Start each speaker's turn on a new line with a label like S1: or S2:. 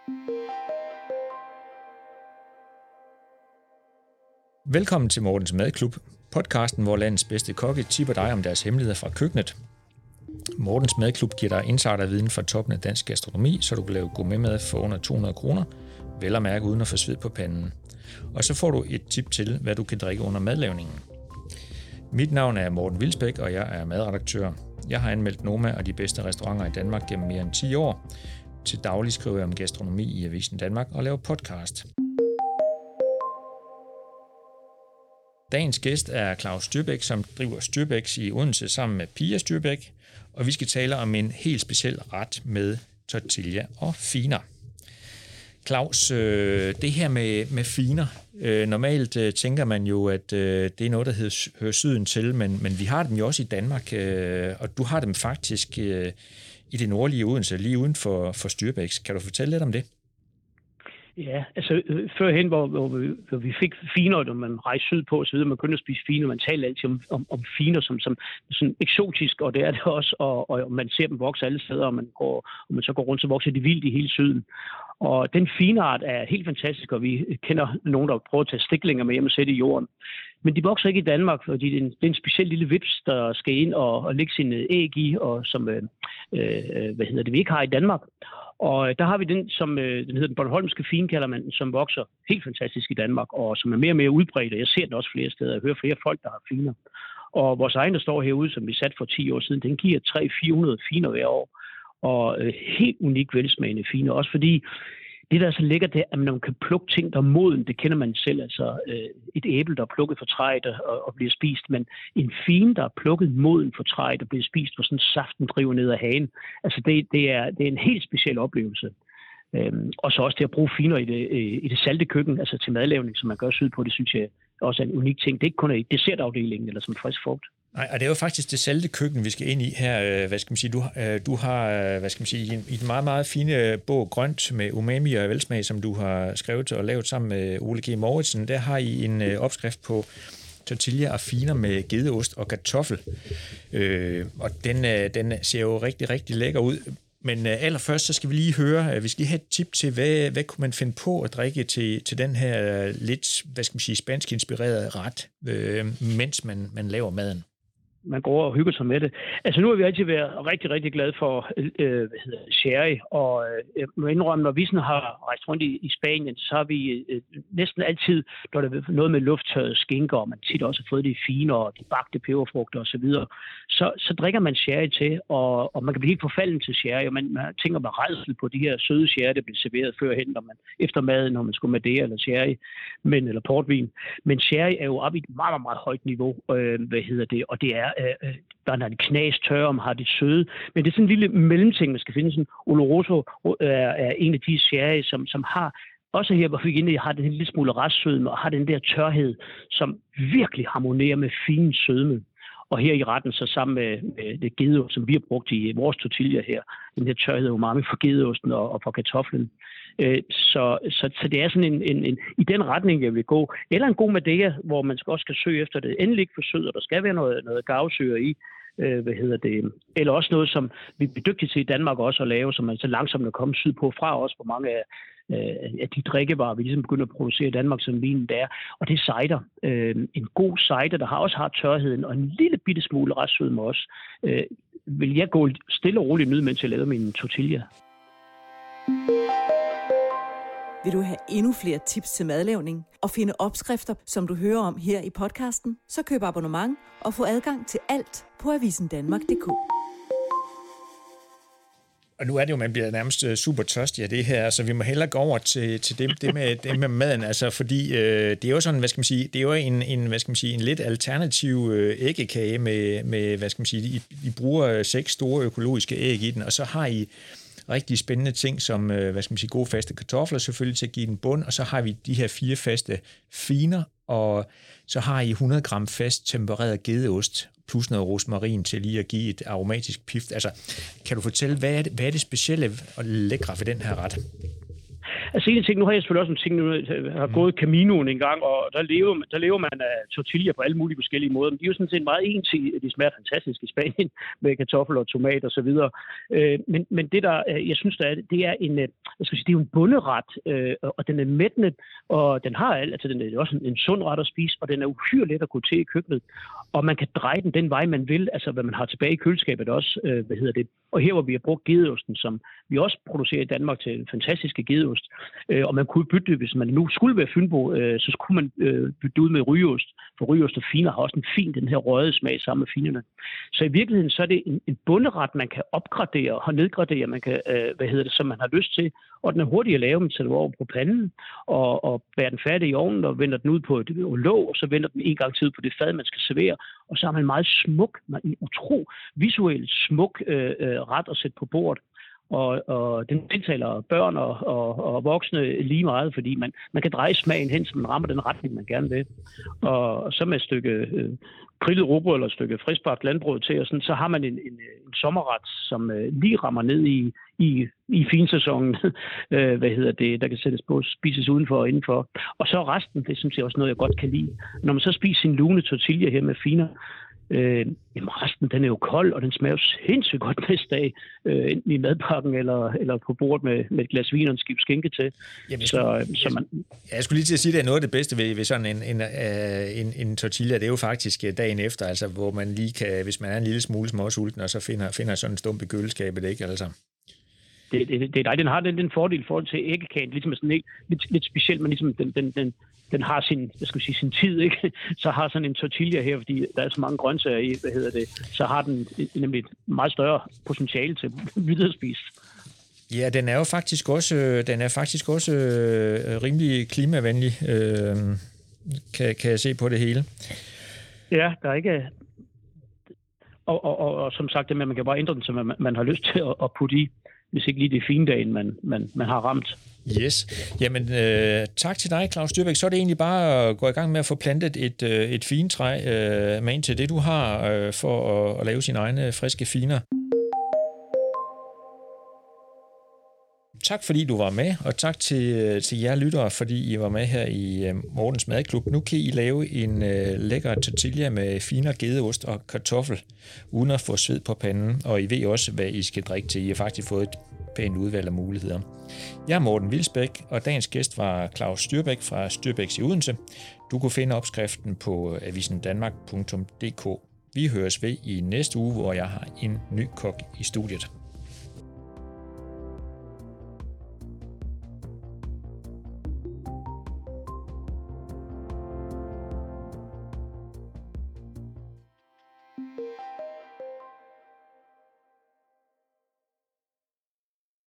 S1: Velkommen til Mortens Madklub, podcasten, hvor landets bedste kokke tipper dig om deres hemmeligheder fra køkkenet. Mortens Madklub giver dig insiderviden fra toppen af dansk gastronomi, så du kan lave gourmetmad for under 200 kroner, vel at mærke uden at få sved på panden. Og så får du et tip til, hvad du kan drikke under madlavningen. Mit navn er Morten Vilsbæk, og jeg er madredaktør. Jeg har anmeldt Noma og de bedste restauranter i Danmark gennem mere end 10 år. Til daglig skriver jeg om gastronomi i Avisen Danmark og laver podcast. Dagens gæst er Claus Styrbæk, som driver Styrbæks i Odense sammen med Pia Styrbæk, og vi skal tale om en helt speciel ret med tortilla og finer. Claus, det her med finer, normalt tænker man jo, at det er noget, der hører syden til, men vi har dem jo også i Danmark, og du har dem faktisk i det nordlige Odense, lige uden for Styrbæks. Kan du fortælle lidt om det?
S2: Ja, altså førhen, hvor vi fik finer, når man rejste sydpå og så videre, man kunne spise finer, man taler altid om finer som sådan eksotisk, og det er det også, og man ser dem vokse alle steder, og man så går rundt, så vokser de vildt i hele syden. Og den fineart er helt fantastisk, og vi kender nogen, der prøver at tage stiklinger med hjem og sætte i jorden. Men de vokser ikke i Danmark, fordi det er en speciel lille vips, der skal ind og lægge sine æg i, og som vi ikke har i Danmark. Og der har vi den, som den hedder den bornholmske fine, kalder man den, som vokser helt fantastisk i Danmark, og som er mere og mere udbredt, og jeg ser den også flere steder. Jeg hører flere folk, der har finer. Og vores egen, der står herude, som vi satte for 10 år siden, den giver 300-400 finer hver år. Og helt unik velsmagende finer, også fordi det, der er så lækkert, det er, at man kan plukke ting, der er moden. Det kender man selv. Altså et æble, der er plukket for træet og bliver spist. Men en fine, der er plukket moden for træet og bliver spist, hvor sådan saften driver ned ad hagen. Altså det er en helt speciel oplevelse. Og så også det at bruge finer i det salte køkken, altså til madlavning, som man gør sydpå, det synes jeg også er en unik ting. Det er ikke kun i dessertafdelingen eller som frisk frugt.
S1: Nej, og det er jo faktisk det salte køkken, vi skal ind i her. Hvad skal man sige, du har, hvad skal man sige, i en meget, meget fine bog, Grønt med umami og velsmag, som du har skrevet og lavet sammen med Ole G. Mouritsen. Der har I en opskrift på tortilla og finer med gedeost og kartoffel. Og den ser jo rigtig, rigtig lækker ud. Men allerførst, så skal vi lige høre, vi skal lige have et tip til, hvad kunne man finde på at drikke til den her lidt, hvad skal man sige, spansk inspirerede ret, mens man laver maden.
S2: Man går og hygger sig med det. Altså nu har vi altid været rigtig, rigtig glade for sherry, og jeg må indrømme, når vi sådan har rejst rundt i Spanien, så har vi næsten altid, når der er noget med lufttørrede skinker, og man tit også har fået det fine, og de bagte peberfrugter og så videre, så drikker man sherry til, og man kan blive helt forfalden til sherry, og man tænker med rædsel på de her søde sherry, der bliver serveret førhen, når man efter maden, når man skulle Madeira eller sherry, eller portvin. Men sherry er jo oppe i et meget, meget højt niveau, og det er der er en knas tørre om, har det søde. Men det er sådan en lille mellemting, man skal finde. Sådan Oloroso er en af de sherry, som har, også her, hvor vi inde har den lille smule restsødme, og har den der tørhed, som virkelig harmonerer med fin sødme. Og her i retten, så sammen med det gedeost, som vi har brugt i vores tortilla her, den her tørhed umami for gedeosten og for kartoflen. Så det er sådan en i den retning, jeg vil gå. Eller en god Madeira, hvor man også skal søge efter det. Endelig ikke for sød, og der skal være noget gavsyre i. Eller også noget, som vi er dygtige til i Danmark også at lave, som man så langsomt er kommet sydpå fra os, hvor mange af de drikkevarer, vi ligesom begynder at producere i Danmark, som vinen der. Og det er cider. En god cider, der også har tørheden, og en lille bitte smule restsødme også. Vil jeg gå stille og roligt ned, mens jeg laver min tortilla.
S3: Vil du have endnu flere tips til madlavning og finde opskrifter, som du hører om her i podcasten, så køb abonnement og få adgang til alt på avisendanmark.dk.
S1: Og nu er det jo, man bliver nærmest super tørstig af det her, så vi må hellere gå over til det med maden, altså fordi det er jo sådan, hvad skal man sige, det er jo en lidt alternativ æggekage med hvad skal man sige, I bruger 6 store økologiske æg i den, og så har I rigtig spændende ting som, hvad skal man sige, gode faste kartofler selvfølgelig til at give den bund, og så har vi de her 4 faste finer, og så har I 100 gram fast tempereret gedeost plus noget rosmarin til lige at give et aromatisk pift. Altså, kan du fortælle, hvad er det specielle og lækre ved den her ret?
S2: Altså en af ting, nu har jeg selvfølgelig også en ting, jeg har gået Caminoen en gang, og der lever man af tortilla på alle mulige forskellige måder. Men de er jo sådan set meget ensidige. De smager fantastisk i Spanien med kartofler og tomat og så videre. Men det der, jeg synes, det er det er jo en bonderet, og den er mættende, og den har alt, altså den er også en sund ret at spise, og den er uhyre let at gå til i køkkenet, og man kan dreje den vej, man vil, altså hvad man har tilbage i køleskabet også, og her hvor vi har brugt gedeosten, som vi også producerer i Danmark til en fantastiske gedeost, og man kunne bytte det, hvis man nu skulle være fynbo, så skulle man bytte det ud med rygeost, for rygeost og finer har også en fin, den her røde smag sammen med finerne. Så i virkeligheden, så er det en bonderet, man kan opgradere og nedgradere, man kan, som man har lyst til, og den er hurtig at lave, man sætter over på panden, og bærer den færdig i ovnen, og vender den ud på et låg, og så vender den en gang tid på det fad, man skal servere, og så har man en meget smuk, en visuelt smuk ret at sætte på bordet. Og den tiltaler børn og voksne lige meget, fordi man kan dreje smagen hen, så man rammer den retning, man gerne vil. Og så med et stykke grillet rugbrød eller et stykke friskbagt landbrød til, og sådan, så har man en sommerret, som lige rammer ned i finsæsonen, der kan sættes på, spises udenfor og indenfor. Og så resten, det synes jeg også noget, jeg godt kan lide. Når man så spiser sin lune tortilla her med finer, resten, den er jo kold, og den smager sindssygt godt næste dag, enten i madpakken eller på bordet med et glas vin og en skive skinke til.
S1: Jamen, jeg skulle lige til at sige, at det er noget af det bedste ved sådan en tortilla. Det er jo faktisk dagen efter, altså, hvor man lige kan, hvis man er en lille smule småsulten, og så finder sådan en stump i køleskabet, ikke? Altså.
S2: Det er den har den fordel i forhold til æggekagen, ligesom sådan lidt specielt, men ligesom den har sin tid, ikke? Så har sådan en tortilla her, fordi der er så mange grøntsager i, så har den nemlig et meget større potentiale til videresspist.
S1: Ja, den er faktisk også rimelig klimavenlig, kan jeg se på det hele.
S2: Ja, der er ikke. Og som sagt, det med, man kan bare ændre den, så man har lyst til at putte i, hvis ikke lige det fine dagen, man har ramt.
S1: Yes. Jamen, tak til dig, Claus Styrbæk. Så er det egentlig bare at gå i gang med at få plantet et fintræ med ind til det, du har for at lave sine egne friske finer. Tak fordi du var med, og tak til jer lyttere, fordi I var med her i Mortens Madklub. Nu kan I lave en lækker tortilla med finer, gedeost og kartoffel, uden at få sved på panden, og I ved også, hvad I skal drikke til. I har faktisk fået et pænt udvalg af muligheder. Jeg er Morten Vilsbæk, og dagens gæst var Claus Styrbæk fra Styrbæks i Odense. Du kunne finde opskriften på avisendanmark.dk. Vi høres ved i næste uge, hvor jeg har en ny kok i studiet.